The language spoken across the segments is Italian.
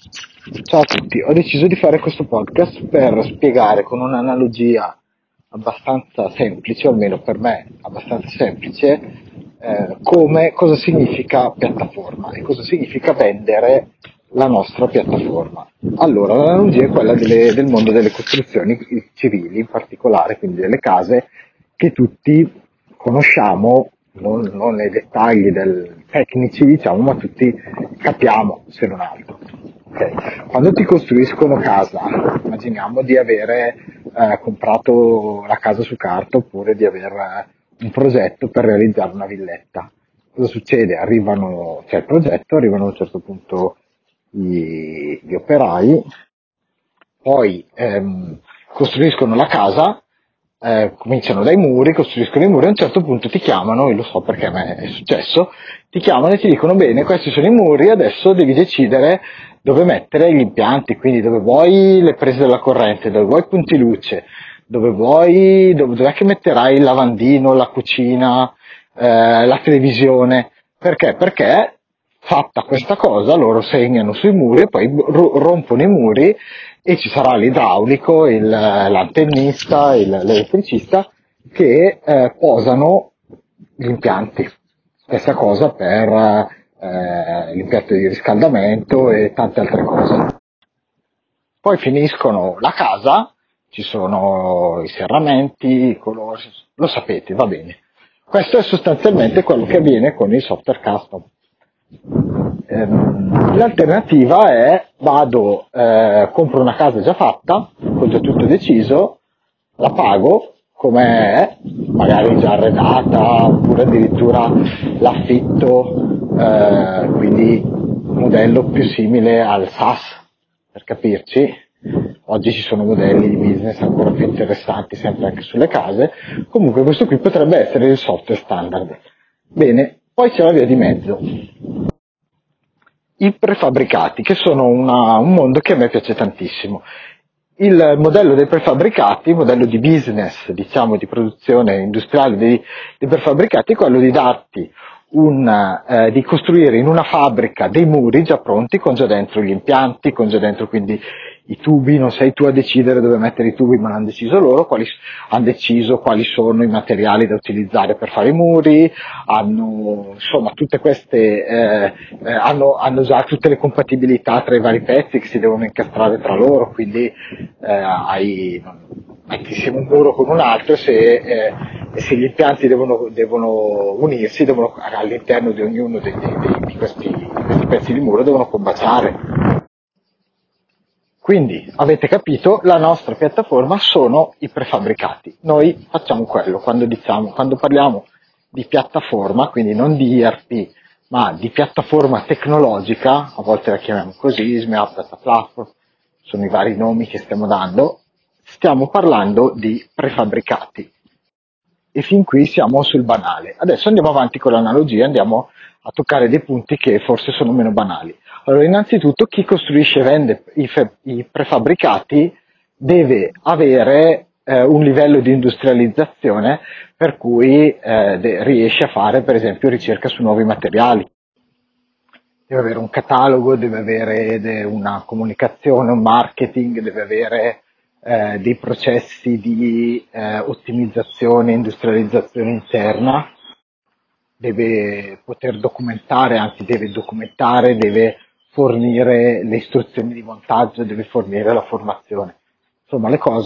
Ciao a tutti, ho deciso di fare questo podcast per spiegare con un'analogia abbastanza semplice, o almeno per me abbastanza semplice, cosa significa piattaforma e cosa significa vendere la nostra piattaforma. Allora, l'analogia è quella del mondo delle costruzioni civili, in particolare, quindi delle case che tutti conosciamo, non nei dettagli tecnici, diciamo, ma tutti capiamo, se non altro. Ok. Quando ti costruiscono casa, immaginiamo di avere comprato la casa su carta oppure di aver un progetto per realizzare una villetta. Cosa succede? C'è il progetto, arrivano a un certo punto gli operai, poi costruiscono la casa, cominciano dai muri, costruiscono i muri, a un certo punto ti chiamano, io lo so perché a me è successo, ti chiamano e ti dicono bene, questi sono i muri, adesso devi decidere dove mettere gli impianti, quindi dove vuoi le prese della corrente, dove vuoi i punti luce, dov'è che metterai il lavandino, la cucina, la televisione, perché? Perché fatta questa cosa loro segnano sui muri e poi rompono i muri e ci sarà l'idraulico, l'antennista, l'elettricista che posano gli impianti. Stessa cosa per l'impianto di riscaldamento e tante altre cose. Poi finiscono la casa, ci sono i serramenti, i colori, lo sapete, va bene. Questo è sostanzialmente quello che avviene con il software custom. L'alternativa è compro una casa già fatta, con già tutto deciso, la pago come è, magari già arredata, oppure addirittura l'affitto, quindi un modello più simile al SaaS, per capirci. Oggi ci sono modelli di business ancora più interessanti, sempre anche sulle case. Comunque questo qui potrebbe essere il software standard. Bene, poi c'è la via di mezzo. I prefabbricati, che sono un mondo che a me piace tantissimo. Il modello dei prefabbricati, il modello di business, diciamo, di produzione industriale dei prefabbricati, è quello di di costruire in una fabbrica dei muri già pronti, con già dentro gli impianti, con già dentro quindi i tubi, non sei tu a decidere dove mettere i tubi, ma l'hanno deciso loro, hanno deciso quali sono i materiali da utilizzare per fare i muri, insomma, tutte queste, hanno già tutte le compatibilità tra i vari pezzi che si devono incastrare tra loro, quindi metti insieme un muro con un altro e se gli impianti devono unirsi, all'interno di ognuno di questi pezzi di muro devono combaciare. Quindi avete capito, la nostra piattaforma sono i prefabbricati. Noi facciamo quello quando parliamo di piattaforma, quindi non di ERP, ma di piattaforma tecnologica, a volte la chiamiamo così, SMAP, Data Platform, sono i vari nomi che stiamo dando, stiamo parlando di prefabbricati. E fin qui siamo sul banale. Adesso andiamo avanti con l'analogia, andiamo a toccare dei punti che forse sono meno banali. Allora, innanzitutto, chi costruisce e vende i prefabbricati deve avere un livello di industrializzazione per cui riesce a fare, per esempio, ricerca su nuovi materiali. Deve avere un catalogo, deve avere una comunicazione, un marketing, deve avere dei processi di ottimizzazione e industrializzazione interna, deve poter documentare, anzi deve documentare, deve fornire le istruzioni di montaggio, deve fornire la formazione. Insomma,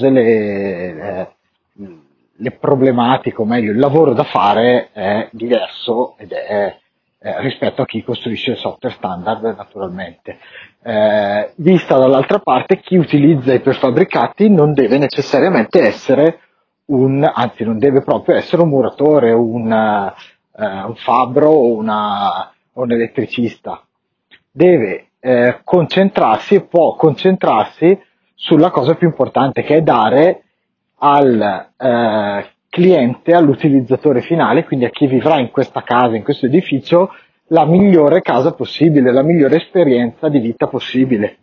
le problematiche, o meglio, il lavoro da fare è diverso ed è rispetto a chi costruisce il software standard, naturalmente. Vista dall'altra parte, chi utilizza i prefabbricati non deve necessariamente essere anzi non deve proprio essere un muratore, un fabbro o un elettricista. Deve concentrarsi e può concentrarsi sulla cosa più importante, che è dare al cliente, all'utilizzatore finale, quindi a chi vivrà in questa casa, in questo edificio, la migliore casa possibile, la migliore esperienza di vita possibile.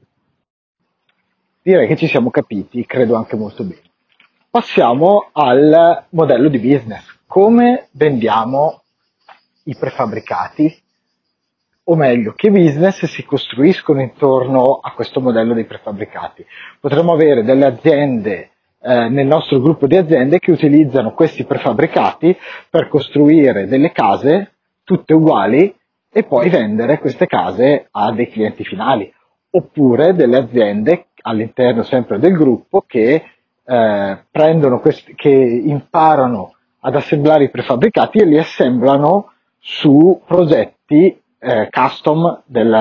Direi che ci siamo capiti, credo anche molto bene. Passiamo al modello di business. Come vendiamo i prefabbricati? o meglio, che business si costruiscono intorno a questo modello dei prefabbricati. Potremmo avere delle aziende nel nostro gruppo di aziende che utilizzano questi prefabbricati per costruire delle case tutte uguali e poi vendere queste case a dei clienti finali, oppure delle aziende all'interno sempre del gruppo che che imparano ad assemblare i prefabbricati e li assemblano su progetti custom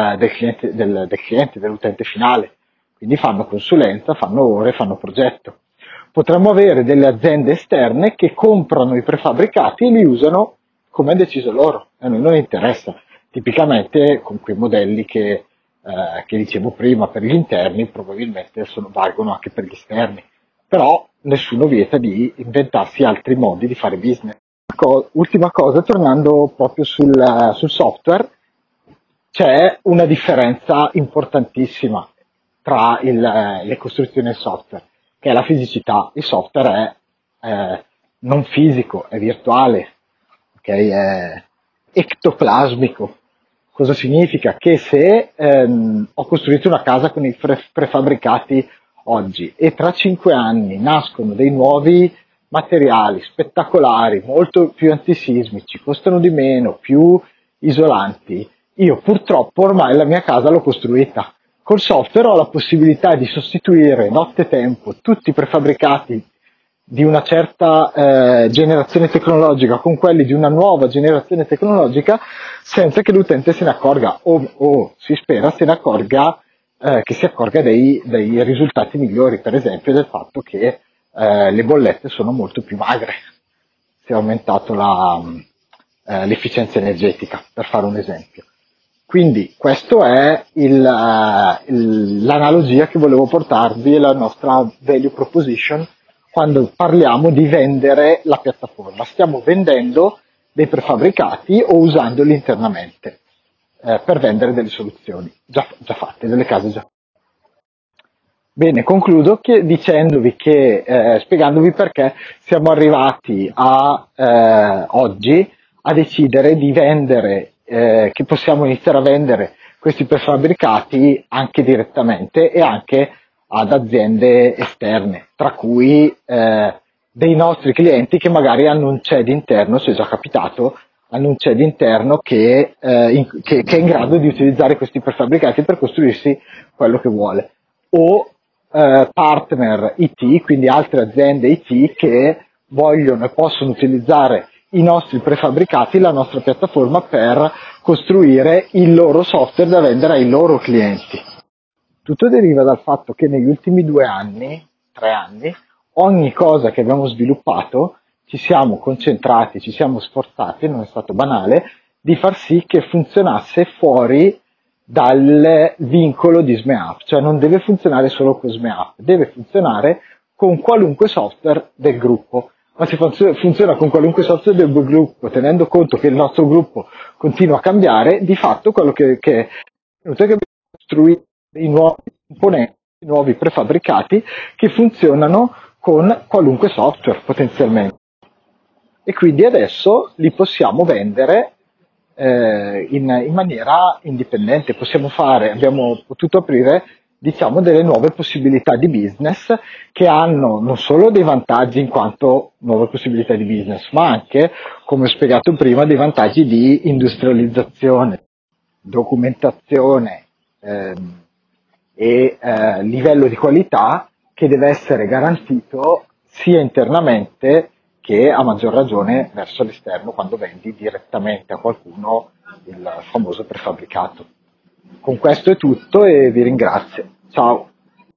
del cliente, dell'utente finale. Quindi fanno consulenza, fanno ore, fanno progetto. Potremmo avere delle aziende esterne che comprano i prefabbricati e li usano come hanno deciso loro, a noi non interessa. Tipicamente con quei modelli che dicevo prima per gli interni probabilmente valgono anche per gli esterni, però nessuno vieta di inventarsi altri modi di fare business. Ultima cosa, tornando proprio sul software, c'è una differenza importantissima tra le costruzioni e il software, che è la fisicità. Il software è non fisico, è virtuale, okay? È ectoplasmico. Cosa significa? Che se ho costruito una casa con i prefabbricati oggi e tra 5 anni nascono dei nuovi materiali spettacolari, molto più antisismici, costano di meno, più isolanti, io purtroppo ormai la mia casa l'ho costruita. Col software ho la possibilità di sostituire nottetempo tutti i prefabbricati di una certa generazione tecnologica con quelli di una nuova generazione tecnologica senza che l'utente se ne accorga o si spera se ne accorga che si accorga dei risultati migliori, per esempio del fatto che le bollette sono molto più magre, si è aumentato l'efficienza energetica, per fare un esempio. Quindi questa è l'analogia che volevo portarvi e la nostra value proposition quando parliamo di vendere la piattaforma. Stiamo vendendo dei prefabbricati o usandoli internamente per vendere delle soluzioni già fatte, delle case già fatte. Bene, concludo spiegandovi perché siamo arrivati oggi a decidere di vendere, che possiamo iniziare a vendere questi prefabbricati anche direttamente e anche ad aziende esterne, tra cui dei nostri clienti che magari hanno un CED interno, se è già capitato, hanno un CED interno che è in grado di utilizzare questi prefabbricati per costruirsi quello che vuole. O partner IT, quindi altre aziende IT che vogliono e possono utilizzare i nostri prefabbricati, la nostra piattaforma per costruire il loro software da vendere ai loro clienti. Tutto deriva dal fatto che negli ultimi 2 anni, 3 anni, ogni cosa che abbiamo sviluppato ci siamo concentrati, ci siamo sforzati, non è stato banale, di far sì che funzionasse fuori dal vincolo di SMEAP, cioè non deve funzionare solo con SMEAP, deve funzionare con qualunque software del gruppo. Ma se funziona con qualunque software del gruppo, tenendo conto che il nostro gruppo continua a cambiare, di fatto quello che abbiamo costruito dei nuovi componenti, nuovi prefabbricati che funzionano con qualunque software potenzialmente. E quindi adesso li possiamo vendere in maniera indipendente. Abbiamo potuto aprire diciamo delle nuove possibilità di business che hanno non solo dei vantaggi in quanto nuove possibilità di business, ma anche, come ho spiegato prima, dei vantaggi di industrializzazione, documentazione e livello di qualità che deve essere garantito sia internamente che a maggior ragione verso l'esterno quando vendi direttamente a qualcuno il famoso prefabbricato. Con questo è tutto e vi ringrazio. Ciao!